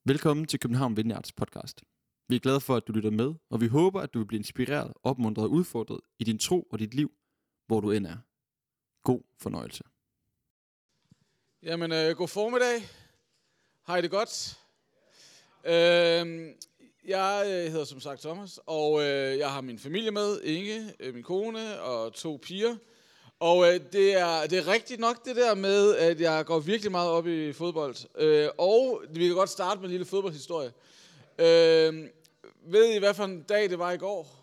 Velkommen til København Vineyards podcast. Vi er glade for, at du lytter med, og vi håber, at du vil blive inspireret, opmuntret og udfordret i din tro og dit liv, hvor du end er. God fornøjelse. Jamen, god formiddag. Har I det godt? Jeg hedder som sagt Thomas, og jeg har min familie med, Inge, min kone og 2 piger. Og det er rigtigt nok det der med, at jeg går virkelig meget op i fodbold. Og vi kan godt starte med en lille fodboldhistorie. Ved I, hvad for en dag det var i går?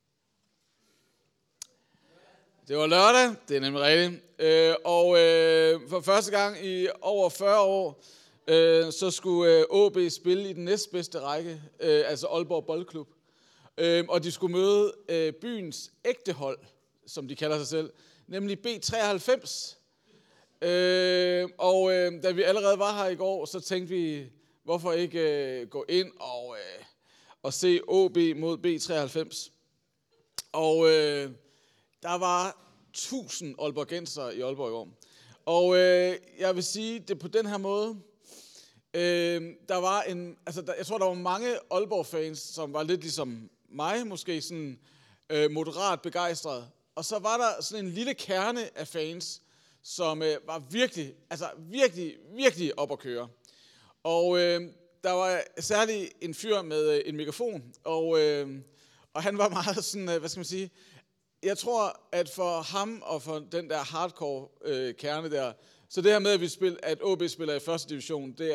Det var lørdag, det er nemlig rigtigt. Og for første gang i over 40 år, så skulle AaB spille i den næstbedste række, altså Aalborg Boldklub. Og de skulle møde byens ægte hold, som de kalder sig selv, nemlig B93. Da vi allerede var her i går, så tænkte vi, hvorfor ikke gå ind og se AaB mod B93. Og der var 1000 aalborgensere i Aalborg i går. Og jeg vil sige det på den her måde. Jeg tror, der var mange Aalborg-fans, som var lidt ligesom mig, måske sådan moderat begejstrede. Og så var der sådan en lille kerne af fans, som var virkelig op at køre. Og der var særligt en fyr med en mikrofon, og han var meget sådan, hvad skal man sige, jeg tror, at for ham og for den der hardcore kerne der, så det her med, at AaB spiller i første division, det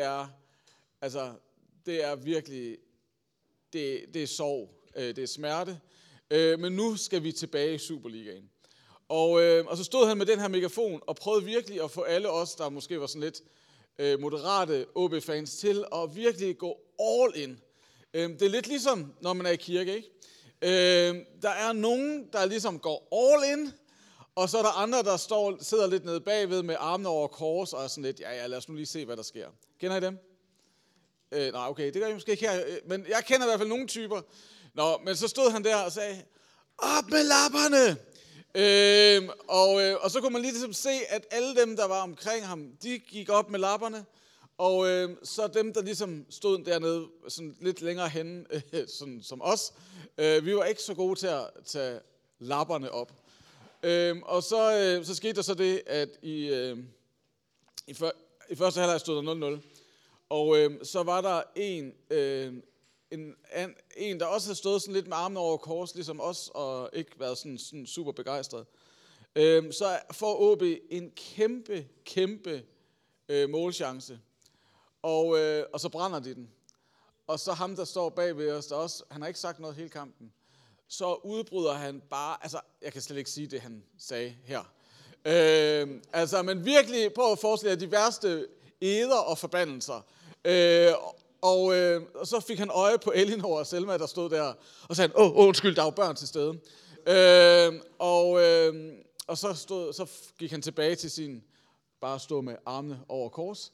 er virkelig, det er sorg, det er smerte. Men nu skal vi tilbage i Superligaen. Og så stod han med den her megafon og prøvede virkelig at få alle os, der måske var sådan lidt moderate AaB-fans, til at virkelig gå all in. Det er lidt ligesom, når man er i kirke, ikke? Der er nogen, der ligesom går all in, og så er der andre, der sidder lidt nede bagved med armene over kors og er sådan lidt, ja, lad os nu lige se, hvad der sker. Kender I dem? Nej, okay, det gør I måske ikke her, men jeg kender i hvert fald nogle typer. Men så stod han der og sagde, op med lapperne! Og så kunne man ligesom se, at alle dem, der var omkring ham, de gik op med lapperne, og så dem, der ligesom stod dernede sådan lidt længere henne, sådan som os, vi var ikke så gode til at tage lapperne op. Og så skete der så det, at i første halvleg stod der 0-0. Og så var der en, der også havde stået sådan lidt med armene over kors, ligesom os, og ikke været sådan super begejstret. Så får AaB en kæmpe målchance. Og så brænder de den. Og så ham, der står bag ved os, der også, han har ikke sagt noget hele kampen. Så udbryder han bare, jeg kan slet ikke sige det, han sagde her. Men virkelig prøv at forestille jer de værste eder og forbandelser. Og så fik han øje på Elinor og Selma, der stod der, og sagde, undskyld, der er jo børn til stede. Og så gik han tilbage til sin, bare stå med armene over kors.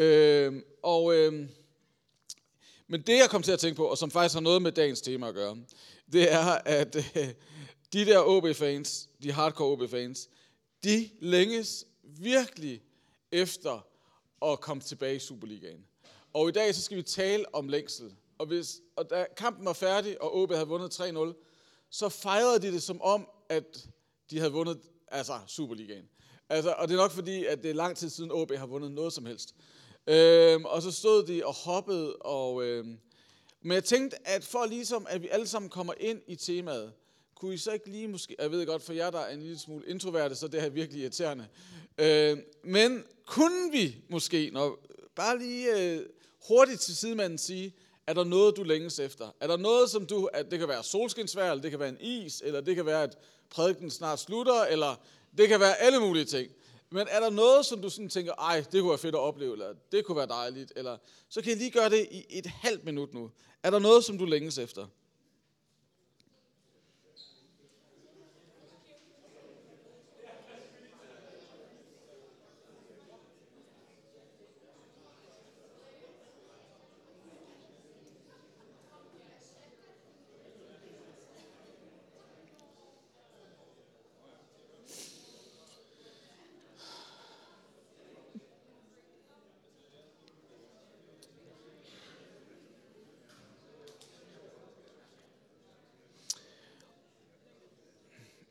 Men det, jeg kom til at tænke på, og som faktisk har noget med dagens tema at gøre, det er, at de der AaB-fans, de hardcore AaB-fans, de længes virkelig efter at komme tilbage i Superligaen. Og i dag så skal vi tale om længsel. Og da kampen var færdig, og AaB havde vundet 3-0, så fejrede de det som om, at de havde vundet Superligaen. Og det er nok fordi, at det er lang tid siden AaB har vundet noget som helst. Og så stod de og hoppede. Men jeg tænkte, at for ligesom, at vi alle sammen kommer ind i temaet, kunne I så ikke lige måske, jeg ved godt, for jer der er en lille smule introverte, så det er virkelig irriterende. Men kunne vi måske, bare lige hurtigt til sidemanden sige, er der noget, du længes efter? Er der noget, som at det kan være solskinsvejr, eller det kan være en is, eller det kan være, at prædiken snart slutter, eller det kan være alle mulige ting. Men er der noget, som du sådan tænker, det kunne være fedt at opleve, eller det kunne være dejligt, eller så kan I lige gøre det i et halvt minut nu. Er der noget, som du længes efter?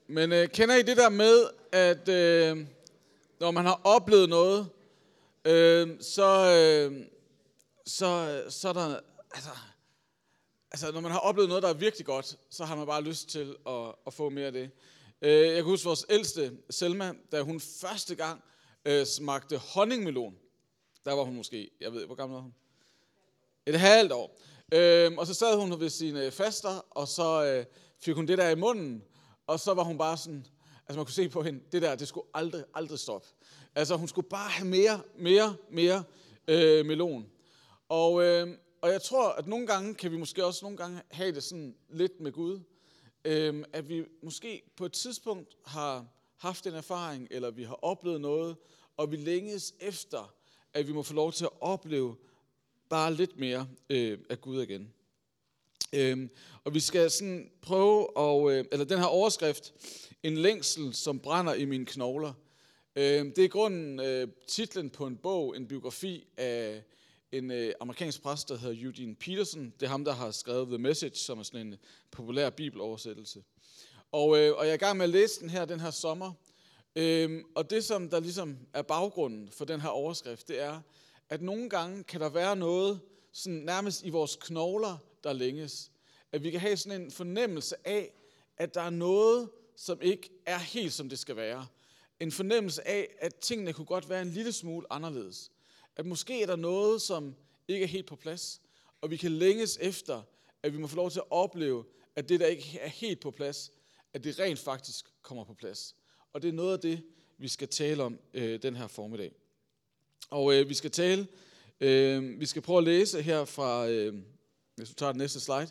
Men kender I det der med, at når man har oplevet noget, så er der, altså når man har oplevet noget, der er virkelig godt, så har man bare lyst til at få mere af det. Jeg kan huske vores ældste, Selma, da hun første gang smagte honningmelon. Der var hun måske, jeg ved, hvor gammel var hun? Et halvt år. Og så sad hun ved sine faster, og så fik hun det der i munden, og så var hun bare sådan, altså man kunne se på hende, det der, det skulle aldrig stoppe. Altså hun skulle bare have mere melon. Og jeg tror, at nogle gange kan vi måske også nogle gange have det sådan lidt med Gud, at vi måske på et tidspunkt har haft en erfaring, eller vi har oplevet noget, og vi længes efter, at vi må få lov til at opleve bare lidt mere af Gud igen. Og vi skal sådan prøve eller den her overskrift, en længsel, som brænder i mine knogler. Det er i grunden titlen på en bog, en biografi af en amerikansk præst, der hedder Eugene Peterson. Det er ham, der har skrevet The Message, som er sådan en populær bibeloversættelse. Og jeg er i gang med at læse den her sommer. Og det, som der ligesom er baggrunden for den her overskrift, det er, at nogle gange kan der være noget, sådan nærmest i vores knogler, der længes. At vi kan have sådan en fornemmelse af, at der er noget, som ikke er helt, som det skal være. En fornemmelse af, at tingene kunne godt være en lille smule anderledes. At måske er der noget, som ikke er helt på plads, og vi kan længes efter, at vi må få lov til at opleve, at det, der ikke er helt på plads, at det rent faktisk kommer på plads. Og det er noget af det, vi skal tale om den her formiddag. Og vi skal prøve at læse her fra, hvis du tager den næste slide,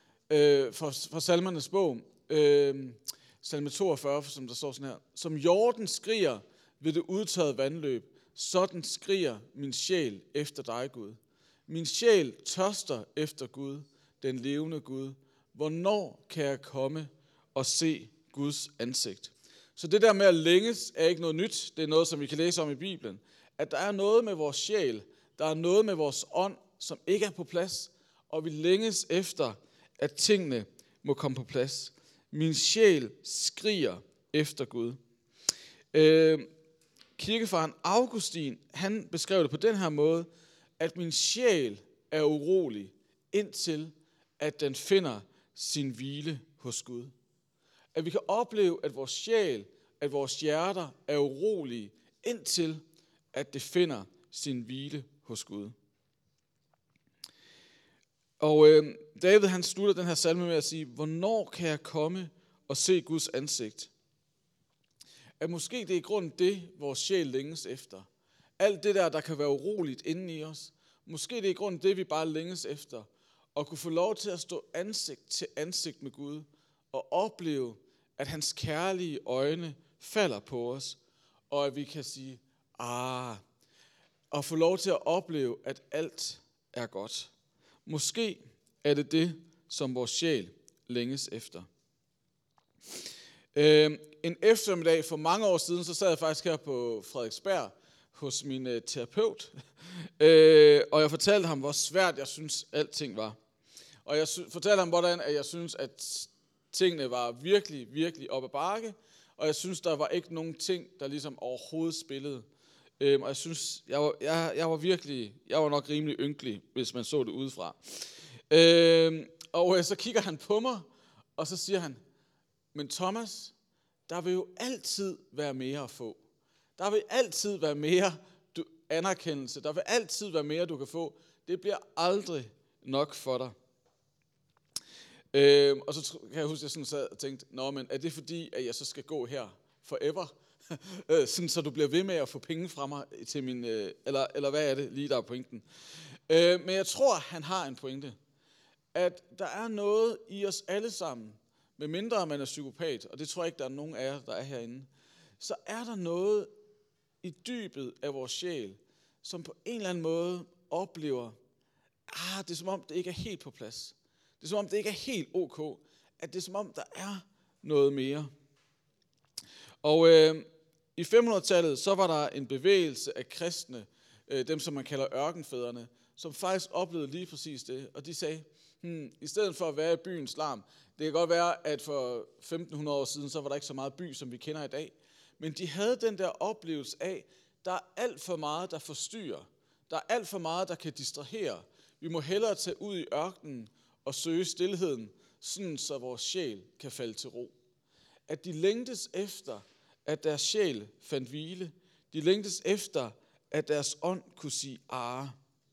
fra Salmernes bog, salme 42, som der står sådan her. Som hjorten skriger ved det udtørrede vandløb, sådan skriger min sjæl efter dig, Gud. Min sjæl tørster efter Gud, den levende Gud. Hvornår kan jeg komme og se Guds ansigt? Så det der med at længes er ikke noget nyt. Det er noget, som vi kan læse om i Bibelen. At der er noget med vores sjæl, der er noget med vores ånd, som ikke er på plads, og vi længes efter, at tingene må komme på plads. Min sjæl skriger efter Gud. Kirkefaren Augustin, han beskrev det på den her måde, at min sjæl er urolig, indtil at den finder sin hvile hos Gud. At vi kan opleve, at vores sjæl, at vores hjerter er urolige, indtil at det finder sin hvile hos Gud. Og David han slutter den her salme med at sige, hvornår kan jeg komme og se Guds ansigt? At måske det er i grunden det, vores sjæl længes efter. Alt det der kan være uroligt inde i os. Måske det er i grunden det, vi bare længes efter. At kunne få lov til at stå ansigt til ansigt med Gud. Og opleve, at hans kærlige øjne falder på os. Og at vi kan sige, og få lov til at opleve, at alt er godt. Måske er det det, som vores sjæl længes efter. En eftermiddag for mange år siden, så sad jeg faktisk her på Frederiksberg hos min terapeut. Og jeg fortalte ham, hvor svært jeg synes, alting var. Og jeg fortalte ham, hvordan jeg synes, at tingene var virkelig, virkelig op ad bakke. Og jeg synes, der var ikke nogen ting, der ligesom overhovedet spillede. Og jeg synes, jeg var nok rimelig ynkelig, hvis man så det udefra. Og så kigger han på mig, og så siger han, men Thomas, der vil jo altid være mere at få. Der vil altid være mere anerkendelse. Der vil altid være mere, du kan få. Det bliver aldrig nok for dig. Og så kan jeg huske, at jeg sådan sad og tænkte, men er det fordi, at jeg så skal gå her forever? Sådan, så du bliver ved med at få penge fra mig til min... Eller hvad er det lige, der er pointen? Men jeg tror, han har en pointe. At der er noget i os alle sammen, medmindre man er psykopat, og det tror jeg ikke, der er nogen af jer, der er herinde, så er der noget i dybet af vores sjæl, som på en eller anden måde oplever, det er som om, det ikke er helt på plads. Det er som om, det ikke er helt ok. At det er som om, der er noget mere. Og i 500-tallet, så var der en bevægelse af kristne, dem som man kalder ørkenfædrene, som faktisk oplevede lige præcis det. Og de sagde, i stedet for at være i byens larm, det kan godt være, at for 1500 år siden, så var der ikke så meget by, som vi kender i dag. Men de havde den der oplevelse af, der er alt for meget, der forstyrrer. Der er alt for meget, der kan distrahere. Vi må hellere tage ud i ørkenen og søge stilheden, sådan så vores sjæl kan falde til ro. At de længtes efter, at deres sjæl fandt hvile. De længtes efter, at deres ånd kunne sige are.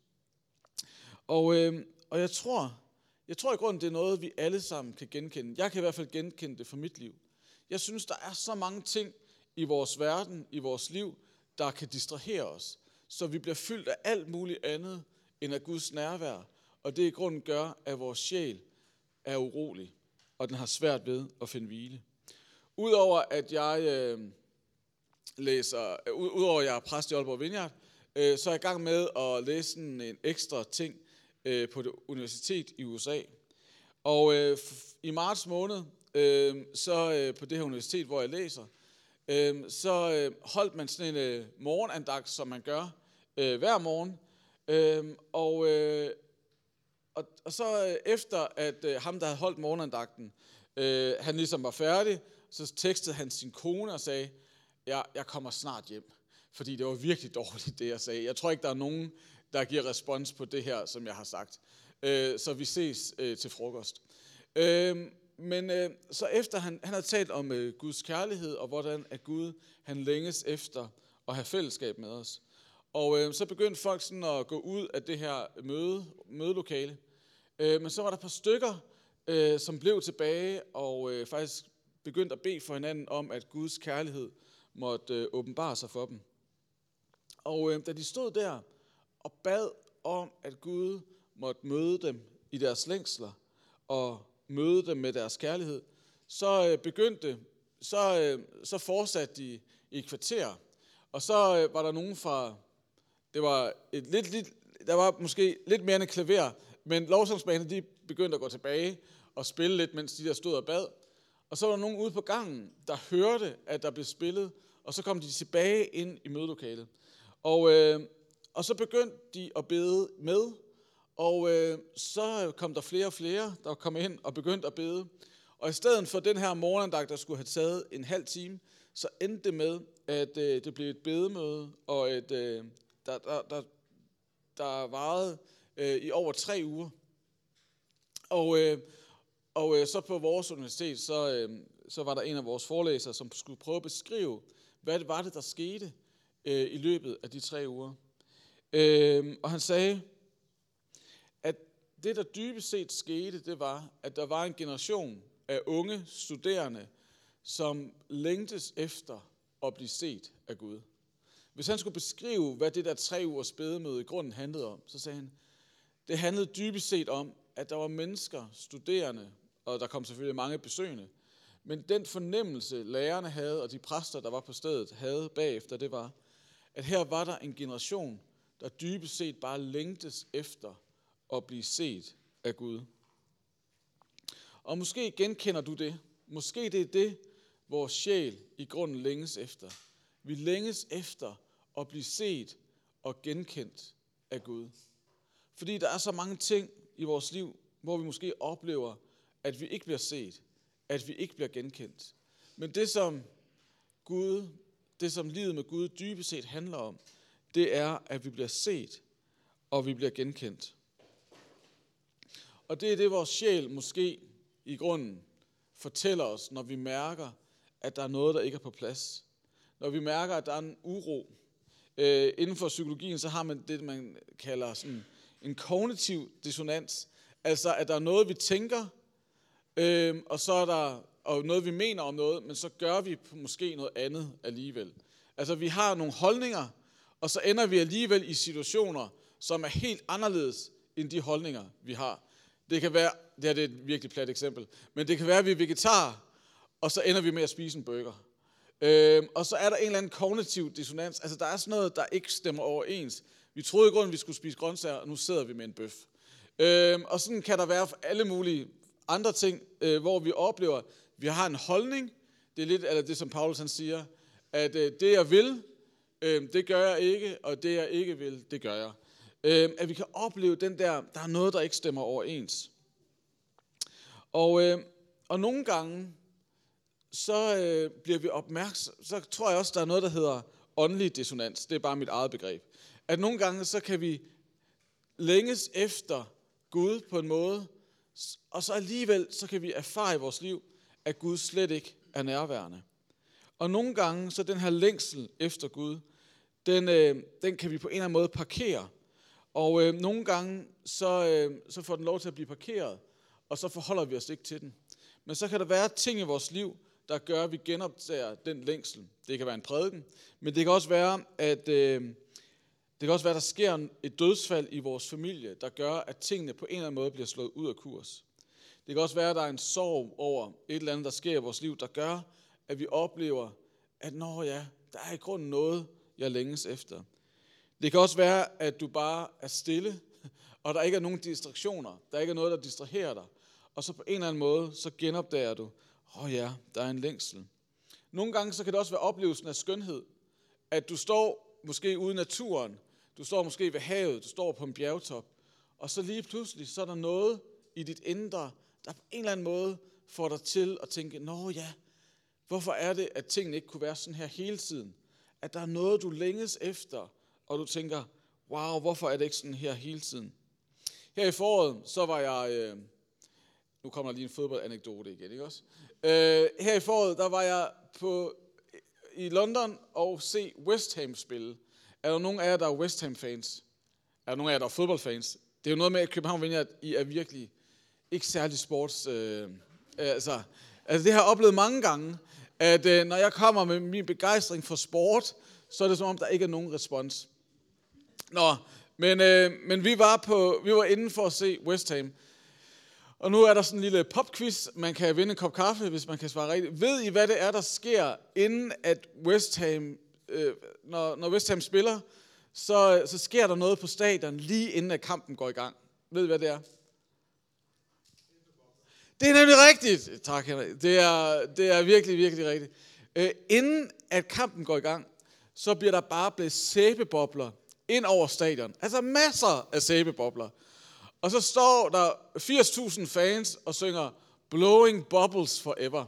Og jeg tror i grunden, det er noget, vi alle sammen kan genkende. Jeg kan i hvert fald genkende det for mit liv. Jeg synes, der er så mange ting i vores verden, i vores liv, der kan distrahere os. Så vi bliver fyldt af alt muligt andet end af Guds nærvær. Og det i grunden gør, at vores sjæl er urolig, og den har svært ved at finde hvile. Udover at jeg jeg er præst i Aalborg Vineyard, så er jeg i gang med at læse en ekstra ting på det universitet i USA. Og i marts måned, på det her universitet, hvor jeg læser, så holdt man sådan en morgenandagt, som man gør hver morgen. Og så efter at ham, der havde holdt morgenandagten, han ligesom var færdig, så tekstede han sin kone og sagde, jeg kommer snart hjem. Fordi det var virkelig dårligt, det jeg sagde. Jeg tror ikke, der er nogen, der giver respons på det her, som jeg har sagt. Så vi ses til frokost. Men så efter han havde talt om Guds kærlighed, og hvordan at Gud han længes efter at have fællesskab med os. Og så begyndte folk sådan at gå ud af det her mødelokale. Men så var der et par stykker, som blev tilbage og faktisk begyndte at bede for hinanden om, at Guds kærlighed måtte åbenbare sig for dem. Og da de stod der og bad om, at Gud måtte møde dem i deres længsler og møde dem med deres kærlighed, så fortsatte de i et kvarter. Og så var der nogen fra, der var måske lidt mere end et klaver, men lovsangsbandet, de begyndte at gå tilbage og spille lidt, mens de der stod og bad. Og så var der nogen ude på gangen, der hørte, at der blev spillet, og så kom de tilbage ind i mødelokalet. Og så begyndte de at bede med, og så kom der flere og flere, der kom ind og begyndte at bede. Og i stedet for den her morgenandagt, der skulle have taget en halv time, så endte det med, at det blev et bedemøde, og der varede i over 3 uger. Og så på vores universitet, så var der en af vores forelæsere, som skulle prøve at beskrive, hvad det var, der skete i løbet af de 3 uger. Og han sagde, at det, der dybest set skete, det var, at der var en generation af unge studerende, som længtes efter at blive set af Gud. Hvis han skulle beskrive, hvad det der 3 ugers bedemøde i grunden handlede om, så sagde han, det handlede dybest set om, at der var mennesker, studerende, og der kom selvfølgelig mange besøgende, men den fornemmelse, lærerne havde, og de præster, der var på stedet, havde bagefter, det var, at her var der en generation, der dybest set bare længtes efter at blive set af Gud. Og måske genkender du det. Måske det er det, vores sjæl i grunden længes efter. Vi længes efter at blive set og genkendt af Gud. Fordi der er så mange ting i vores liv, hvor vi måske oplever, at vi ikke bliver set, at vi ikke bliver genkendt. Men det som livet med Gud dybest set handler om, det er, at vi bliver set, og vi bliver genkendt. Og det er det, vores sjæl måske i grunden fortæller os, når vi mærker, at der er noget, der ikke er på plads. Når vi mærker, at der er en uro. Inden for psykologien, så har man det, man kalder sådan en kognitiv dissonans. Altså, at der er noget, vi tænker, og så er der noget, vi mener om noget, men så gør vi måske noget andet alligevel. Altså, vi har nogle holdninger, og så ender vi alligevel i situationer, som er helt anderledes end de holdninger, vi har. Det kan være, det her det er et virkelig plat eksempel, men det kan være, at vi er vegetarer, og så ender vi med at spise en burger. Og så er der en eller anden kognitiv dissonans. Altså, der er sådan noget, der ikke stemmer overens. Vi troede i grunden, vi skulle spise grøntsager, og nu sidder vi med en bøf. Og sådan kan der være alle mulige andre ting, hvor vi oplever, at vi har en holdning. Det er lidt eller det, som Paulus han siger, at det jeg vil, det gør jeg ikke, og det jeg ikke vil, det gør jeg. At vi kan opleve der er noget, der ikke stemmer overens. Og nogle gange, så bliver vi opmærksom, så tror jeg også, der er noget, der hedder åndelig dissonans. Det er bare mit eget begreb. At nogle gange, så kan vi længes efter Gud på en måde, og så alligevel, så kan vi erfare i vores liv, at Gud slet ikke er nærværende. Og nogle gange, så den her længsel efter Gud, den kan vi på en eller anden måde parkere. Og nogle gange, så får den lov til at blive parkeret, og så forholder vi os ikke til den. Men så kan der være ting i vores liv, der gør, at vi genopdager den længsel. Det kan være en prædiken, men det kan også være, at der sker et dødsfald i vores familie, der gør, at tingene på en eller anden måde bliver slået ud af kurs. Det kan også være, at der er en sorg over et eller andet, der sker i vores liv, der gør, at vi oplever, at der er i grunden noget, jeg længes efter. Det kan også være, at du bare er stille, og der ikke er nogen distraktioner. Der ikke er noget, der distraherer dig. Og så på en eller anden måde, så genopdager du, der er en længsel. Nogle gange så kan det også være oplevelsen af skønhed. At du står måske ude i naturen, du står måske ved havet, du står på en bjergtop, og så lige pludselig, så er der noget i dit indre, der på en eller anden måde får dig til at tænke, hvorfor er det, at tingene ikke kunne være sådan her hele tiden? At der er noget, du længes efter, og du tænker, wow, hvorfor er det ikke sådan her hele tiden? Her i foråret, så var jeg, nu kommer der lige en fodboldanekdote igen, ikke også? Her i foråret, der var jeg i London og se West Ham spille. Er der nogen af jer, der er West Ham fans? Er der nogen af jer, der er fodboldfans? Det er jo noget med, at København Vineyard, I er virkelig ikke særlig sports. Altså det har jeg oplevet mange gange, at når jeg kommer med min begejstring for sport, så er det som om, der ikke er nogen respons. Men vi var inde for at se West Ham. Og nu er der sådan en lille popquiz. Man kan vinde en kop kaffe, hvis man kan svare rigtigt. Ved I, hvad det er, der sker, inden at West Ham, når West Ham spiller, så sker der noget på stadion, lige inden at kampen går i gang. Ved I, hvad det er? Det er nemlig rigtigt. Tak, Henrik. Det er virkelig, virkelig rigtigt. Inden at kampen går i gang, så bliver der bare blevet sæbebobler ind over stadion. Altså masser af sæbebobler. Og så står der 80.000 fans og synger Blowing Bubbles Forever.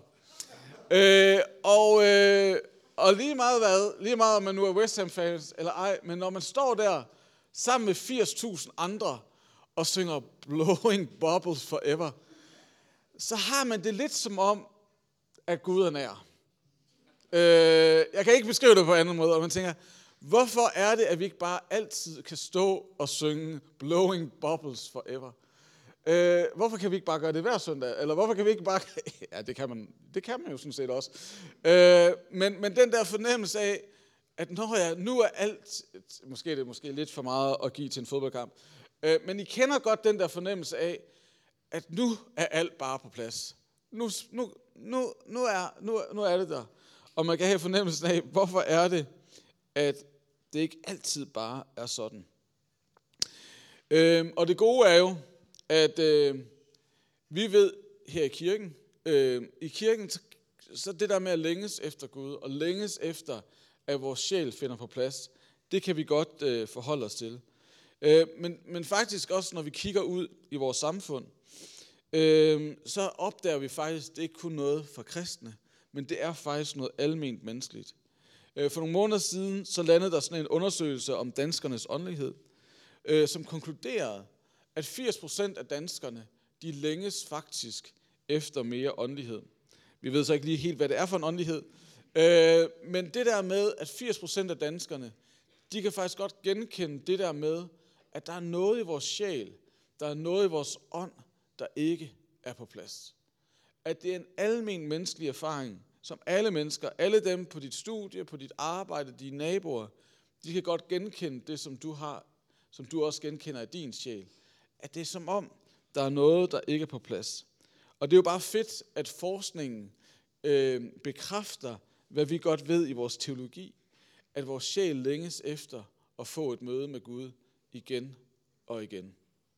Og lige meget om man nu er West Ham fans eller ej, men når man står der sammen med 80.000 andre og synger Blowing Bubbles Forever, så har man det lidt som om, at Gud er nær. Jeg kan ikke beskrive det på anden måde, og man tænker, hvorfor er det, at vi ikke bare altid kan stå og synge Blowing Bubbles Forever? Hvorfor kan vi ikke bare gøre det hver søndag? Eller hvorfor kan vi ikke bare... Ja, det kan man jo sådan set også. Men den der fornemmelse af, at nu er alt... Måske er det lidt for meget at give til en fodboldkamp. Men I kender godt den der fornemmelse af, at nu er alt bare på plads. Nu er det der. Og man kan have fornemmelsen af, hvorfor er det, at det ikke altid bare er sådan. Og det gode er jo, at vi ved her i kirken, så det der med at længes efter Gud, og længes efter, at vores sjæl finder på plads, det kan vi godt forholde os til. Men faktisk også, når vi kigger ud i vores samfund, så opdager vi faktisk, at det ikke kun noget for kristne, men det er faktisk noget alment menneskeligt. For nogle måneder siden, så landede der sådan en undersøgelse om danskernes åndelighed, som konkluderede, at 80% af danskerne, de længes faktisk efter mere åndelighed. Vi ved så ikke lige helt, hvad det er for en åndelighed, men det der med, at 80% af danskerne, de kan faktisk godt genkende det der med, at der er noget i vores sjæl, der er noget i vores ånd, der ikke er på plads. At det er en almen menneskelig erfaring, som alle mennesker, alle dem på dit studie, på dit arbejde, dine naboer, de kan godt genkende det, som du har, som du også genkender i din sjæl. At det er som om, der er noget, der ikke er på plads. Og det er jo bare fedt, at forskningen bekræfter, hvad vi godt ved i vores teologi, at vores sjæl længes efter at få et møde med Gud igen og igen.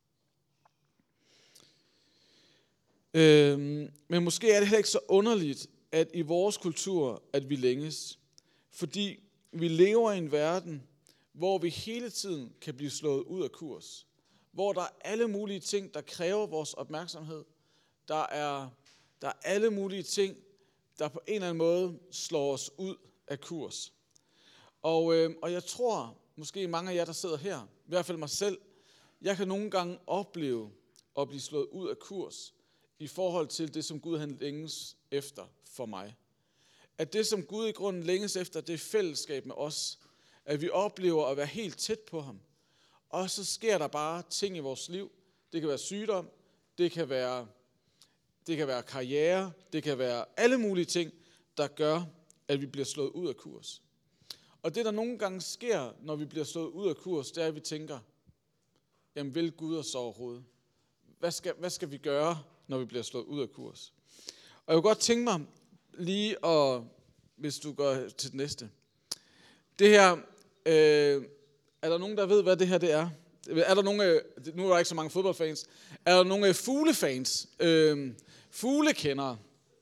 Men måske er det heller ikke så underligt, at i vores kultur, at vi længes. Fordi vi lever i en verden, hvor vi hele tiden kan blive slået ud af kurs. Hvor der er alle mulige ting, der kræver vores opmærksomhed. Der er alle mulige ting, der på en eller anden måde slår os ud af kurs. Og jeg tror, måske mange af jer, der sidder her, i hvert fald mig selv, jeg kan nogle gange opleve at blive slået ud af kurs i forhold til det, som Gud han længes efter for mig. At det, som Gud i grunden længes efter, det er fællesskab med os. At vi oplever at være helt tæt på ham. Og så sker der bare ting i vores liv. Det kan være sygdom, det kan være karriere, det kan være alle mulige ting, der gør, at vi bliver slået ud af kurs. Og det, der nogle gange sker, når vi bliver slået ud af kurs, det er, at vi tænker, jamen vil Gud os overhovedet? Hvad skal vi gøre, når vi bliver slået ud af kurs? Og jeg kunne godt tænke mig lige hvis du går til det næste. Det her, er der nogen, der ved, hvad det her det er? Er der nogen, nu er der ikke så mange fodboldfans, er der nogle fuglefans? Fuglekendere?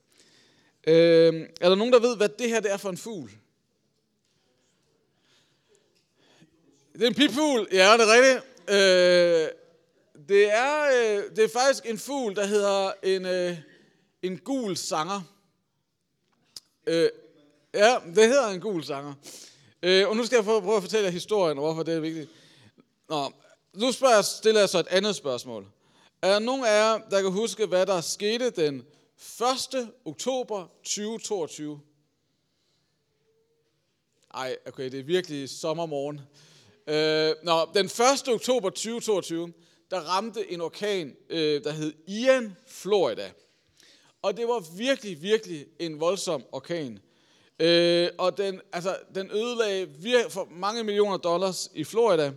Er der nogen, der ved, hvad det her det er for en fugl? Det er en pipfugl, ja, det er rigtigt. Det er faktisk en fugl, der hedder en gul sanger. Ja, det hedder en gul sanger. Og nu skal jeg prøve at fortælle jer historien, og hvorfor det er vigtigt. Nu stiller jeg så et andet spørgsmål. Er der nogen af jer, der kan huske, hvad der skete den 1. oktober 2022? Ej, okay, det er virkelig sommermorgen. Den 1. oktober 2022, der ramte en orkan, der hed Ian, Florida. Og det var virkelig, virkelig en voldsom orkan. Og den ødelagde for mange millioner dollars i Florida.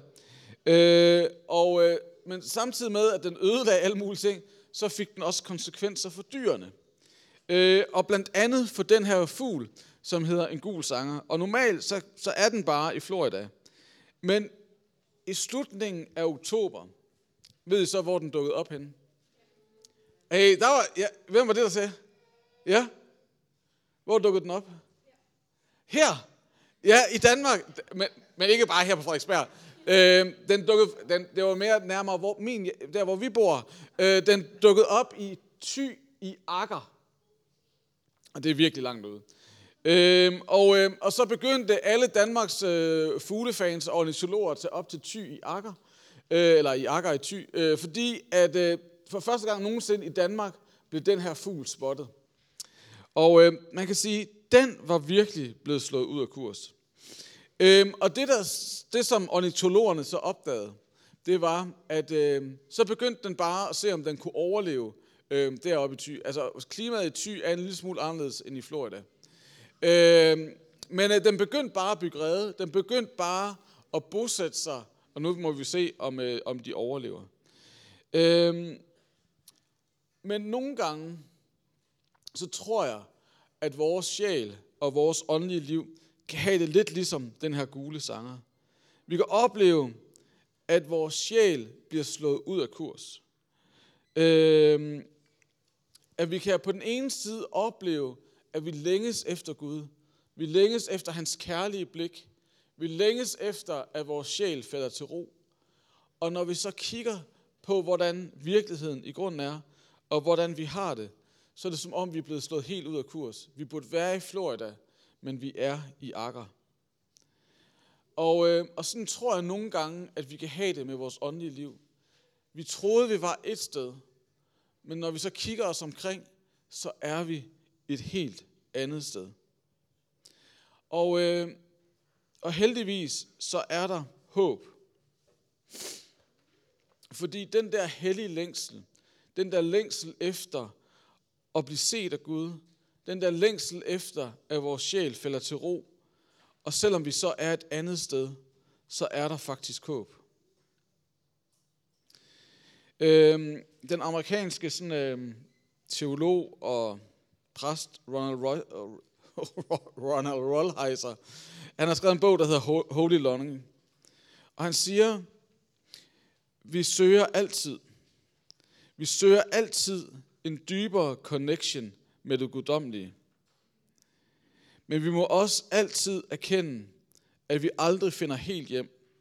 Men samtidig med, at den ødelagde alle mulige ting, så fik den også konsekvenser for dyrene. Og blandt andet for den her fugl, som hedder en gul sanger. Og normalt så er den bare i Florida. Men i slutningen af oktober, ved I så, hvor den dukkede op henne? Hey, hvem var det, der sagde? Ja? Hvor dukkede den op? Her? Ja, i Danmark. Men ikke bare her på Frederiksberg. Det var mere nærmere, der hvor vi bor. Den dukkede op i Thy i Agger. Og det er virkelig langt ude. Og så begyndte alle Danmarks fuglefans og ornitologer at tage op til Thy i Agger. Eller i Agger i Thy. Fordi at for første gang nogensinde i Danmark blev den her fugl spottet. Og man kan sige, den var virkelig blevet slået ud af kurs. Og det som ornitologerne så opdagede, det var, at så begyndte den bare at se, om den kunne overleve deroppe i Thy. Altså klimaet i Thy er en lille smule anderledes end i Florida. Men den begyndte bare at bygge rede. Den begyndte bare at bosætte sig, og nu må vi se, om de overlever. Men nogle gange, så tror jeg, at vores sjæl og vores åndelige liv kan have det lidt ligesom den her gule sanger. Vi kan opleve, at vores sjæl bliver slået ud af kurs. At vi kan på den ene side opleve, at vi længes efter Gud. Vi længes efter hans kærlige blik. Vi længes efter, at vores sjæl falder til ro. Og når vi så kigger på, hvordan virkeligheden i grunden er, og hvordan vi har det, så er det som om, vi er blevet slået helt ud af kurs. Vi burde være i Florida, men vi er i Agger. Og sådan tror jeg nogle gange, at vi kan have det med vores åndelige liv. Vi troede, vi var et sted, men når vi så kigger os omkring, så er vi et helt andet sted. Og heldigvis, så er der håb. Fordi den der hellige længsel, den der længsel efter at blive set af Gud, den der længsel efter, at vores sjæl falder til ro, og selvom vi så er et andet sted, så er der faktisk håb. Den amerikanske teolog og præst Ronald Rolheiser, han har skrevet en bog, der hedder Holy Longing. Og han siger, vi søger altid en dybere connection med det guddommelige. Men vi må også altid erkende, at vi aldrig finder helt hjem,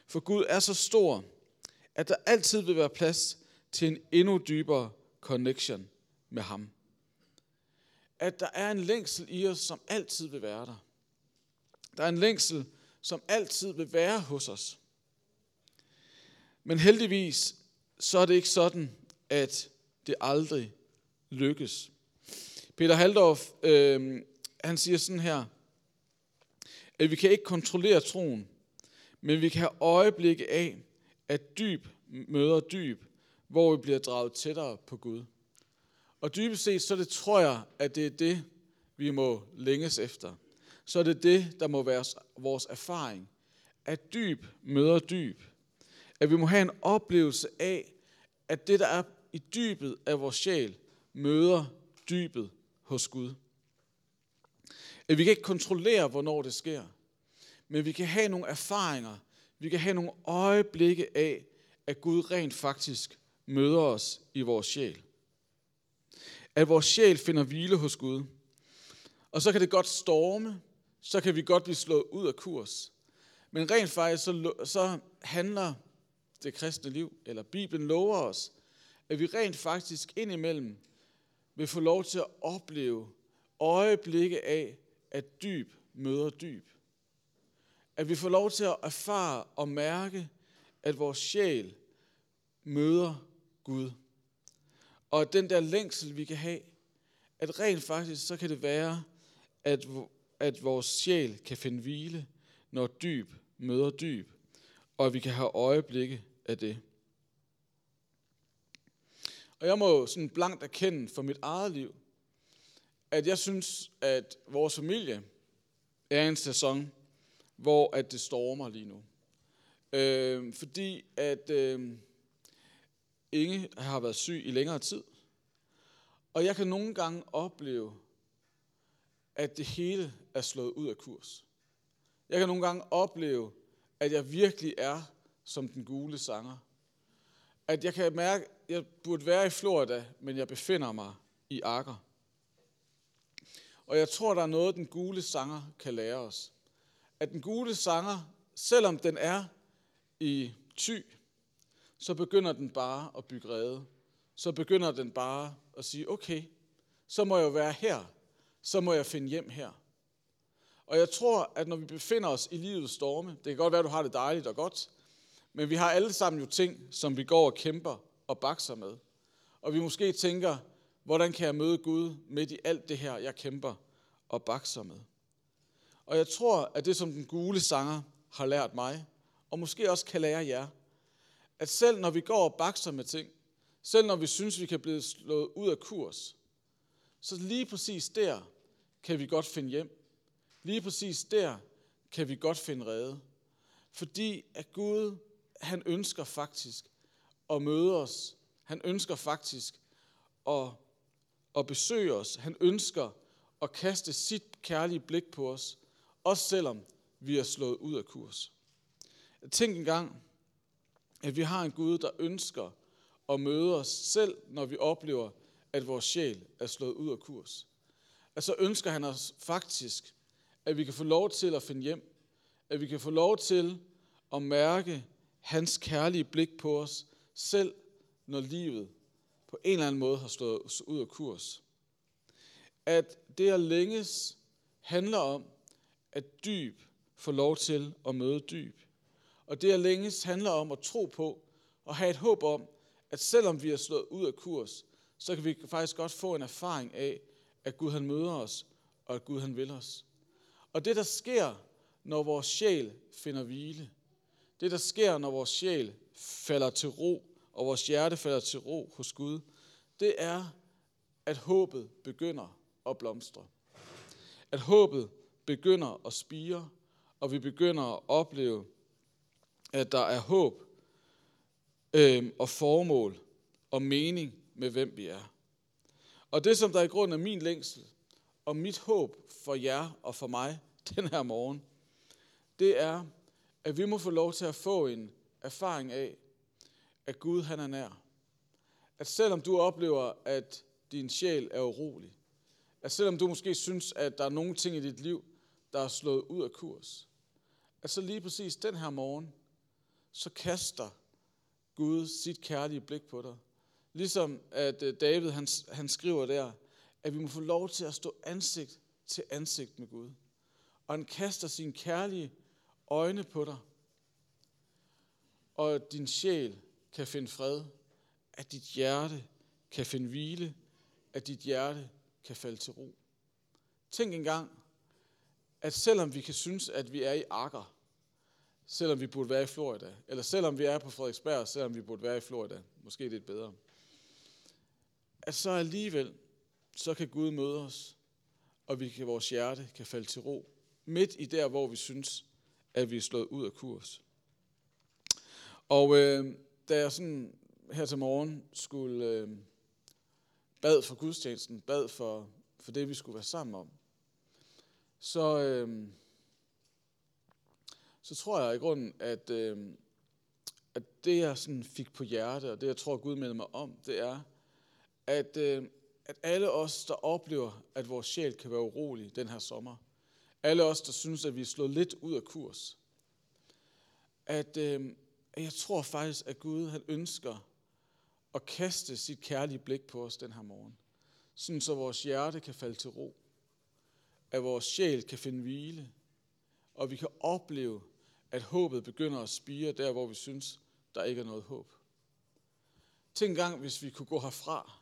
For Gud er så stor, at der altid vil være plads til en endnu dybere connection med ham. At der er en længsel i os, som altid vil være der. Der er en længsel, som altid vil være hos os. Men heldigvis, så er det ikke sådan, at det aldrig lykkes. Peter Halldorf, han siger sådan her, at vi kan ikke kontrollere troen, men vi kan have øjeblikke af, at dyb møder dyb, hvor vi bliver draget tættere på Gud. Og dybest set, så det tror jeg, at det er det, vi må længes efter. Så er det det, der må være vores erfaring. At dyb møder dyb. At vi må have en oplevelse af, at det, der er i dybet af vores sjæl, møder dybet hos Gud. At vi kan ikke kontrollere, hvornår det sker. Men vi kan have nogle erfaringer. Vi kan have nogle øjeblikke af, at Gud rent faktisk møder os i vores sjæl. At vores sjæl finder hvile hos Gud. Og så kan det godt storme. Så kan vi godt blive slået ud af kurs. Men rent faktisk så handler det kristne liv, eller Bibelen lover os, at vi rent faktisk indimellem vil få lov til at opleve øjeblikke af, at dyb møder dyb. At vi får lov til at erfare og mærke, at vores sjæl møder Gud. Og at den der længsel, vi kan have, at rent faktisk så kan det være, at vores sjæl kan finde hvile, når dyb møder dyb, og at vi kan have øjeblikke af det. Og jeg må sådan blankt erkende for mit eget liv, at jeg synes, at vores familie er en sæson, hvor at det stormer lige nu. Fordi at Inge har været syg i længere tid. Og jeg kan nogle gange opleve, at det hele er slået ud af kurs. Jeg kan nogle gange opleve, at jeg virkelig er som den gule sanger. At jeg kan mærke, at jeg burde være i Florida, men jeg befinder mig i Akker. Og jeg tror, der er noget, den gule sanger kan lære os. At den gule sanger, selvom den er i Thy, så begynder den bare at bygge rede. Så begynder den bare at sige, okay, så må jeg jo være her. Så må jeg finde hjem her. Og jeg tror, at når vi befinder os i livets storme, det kan godt være, at du har det dejligt og godt, men vi har alle sammen jo ting, som vi går og kæmper og bakser med. Og vi måske tænker, hvordan kan jeg møde Gud midt i alt det her, jeg kæmper og bakser med. Og jeg tror, at det som den gule sanger har lært mig, og måske også kan lære jer, at selv når vi går og bakser med ting, selv når vi synes, vi kan blive slået ud af kurs, så lige præcis der kan vi godt finde hjem. Lige præcis der kan vi godt finde rede. Fordi at Gud, han ønsker faktisk at møde os. Han ønsker faktisk at besøge os. Han ønsker at kaste sit kærlige blik på os. Også selvom vi er slået ud af kurs. Tænk engang, at vi har en Gud, der ønsker at møde os selv, når vi oplever, at vores sjæl er slået ud af kurs. Og så ønsker han os faktisk, at vi kan få lov til at finde hjem. At vi kan få lov til at mærke hans kærlige blik på os, selv når livet på en eller anden måde har slået os ud af kurs. At det at længes handler om, at dyb får lov til at møde dyb. Og det at længes handler om at tro på og have et håb om, at selvom vi er slået ud af kurs, så kan vi faktisk godt få en erfaring af, at Gud han møder os, og at Gud han vil os. Og det der sker, når vores sjæl finder hvile, det der sker, når vores sjæl falder til ro, og vores hjerte falder til ro hos Gud, det er, at håbet begynder at blomstre. At håbet begynder at spire, og vi begynder at opleve, at der er håb og formål og mening med, hvem vi er. Og det, som der i grunden er min længsel, og mit håb for jer og for mig den her morgen, det er, at vi må få lov til at få en erfaring af, at Gud han er nær. At selvom du oplever, at din sjæl er urolig, at selvom du måske synes, at der er nogle ting i dit liv, der er slået ud af kurs, at så lige præcis den her morgen, så kaster Gud sit kærlige blik på dig. Ligesom at David han skriver der, at vi må få lov til at stå ansigt til ansigt med Gud. Og han kaster sine kærlige øjne på dig. Og at din sjæl kan finde fred. At dit hjerte kan finde hvile. At dit hjerte kan falde til ro. Tænk engang, at selvom vi kan synes, at vi er i Akker, selvom vi burde være i Florida, eller selvom vi er på Frederiksberg, selvom vi burde være i Florida, måske det er bedre, at så alligevel, så kan Gud møde os, og vores hjerte kan falde til ro, midt i der, hvor vi synes, at vi er slået ud af kurs. Og da jeg sådan her til morgen skulle bad for gudstjenesten, bad for det, vi skulle være sammen om, så tror jeg i grunden, at det, jeg sådan fik på hjerte, og det, jeg tror, Gud minder mig om, det er, at alle os, der oplever, at vores sjæl kan være urolig den her sommer, alle os, der synes, at vi er slået lidt ud af kurs, at jeg tror faktisk, at Gud han ønsker at kaste sit kærlige blik på os den her morgen, sådan så vores hjerte kan falde til ro, at vores sjæl kan finde hvile, og vi kan opleve, at håbet begynder at spire der, hvor vi synes, der ikke er noget håb. Tænk engang, hvis vi kunne gå herfra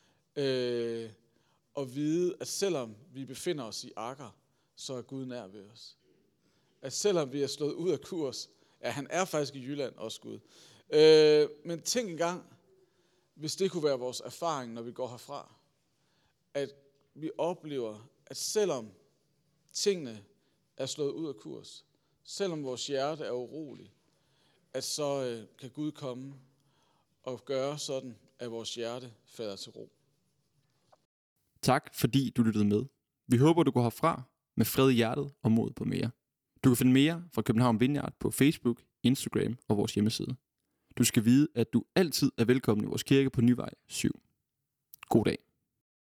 og vide, at selvom vi befinder os i Akker, så er Gud nær ved os. At selvom vi er slået ud af kurs, ja, han er faktisk i Jylland også Gud. Men tænk engang, hvis det kunne være vores erfaring, når vi går herfra, at vi oplever, at selvom tingene er slået ud af kurs, selvom vores hjerte er urolig, at så kan Gud komme og gøre sådan, at vores hjerte falder til ro. Tak fordi du lyttede med. Vi håber, du går herfra med fred i hjertet og mod på mere. Du kan finde mere fra København Vineyard på Facebook, Instagram og vores hjemmeside. Du skal vide, at du altid er velkommen i vores kirke på Nyvej 7. God dag.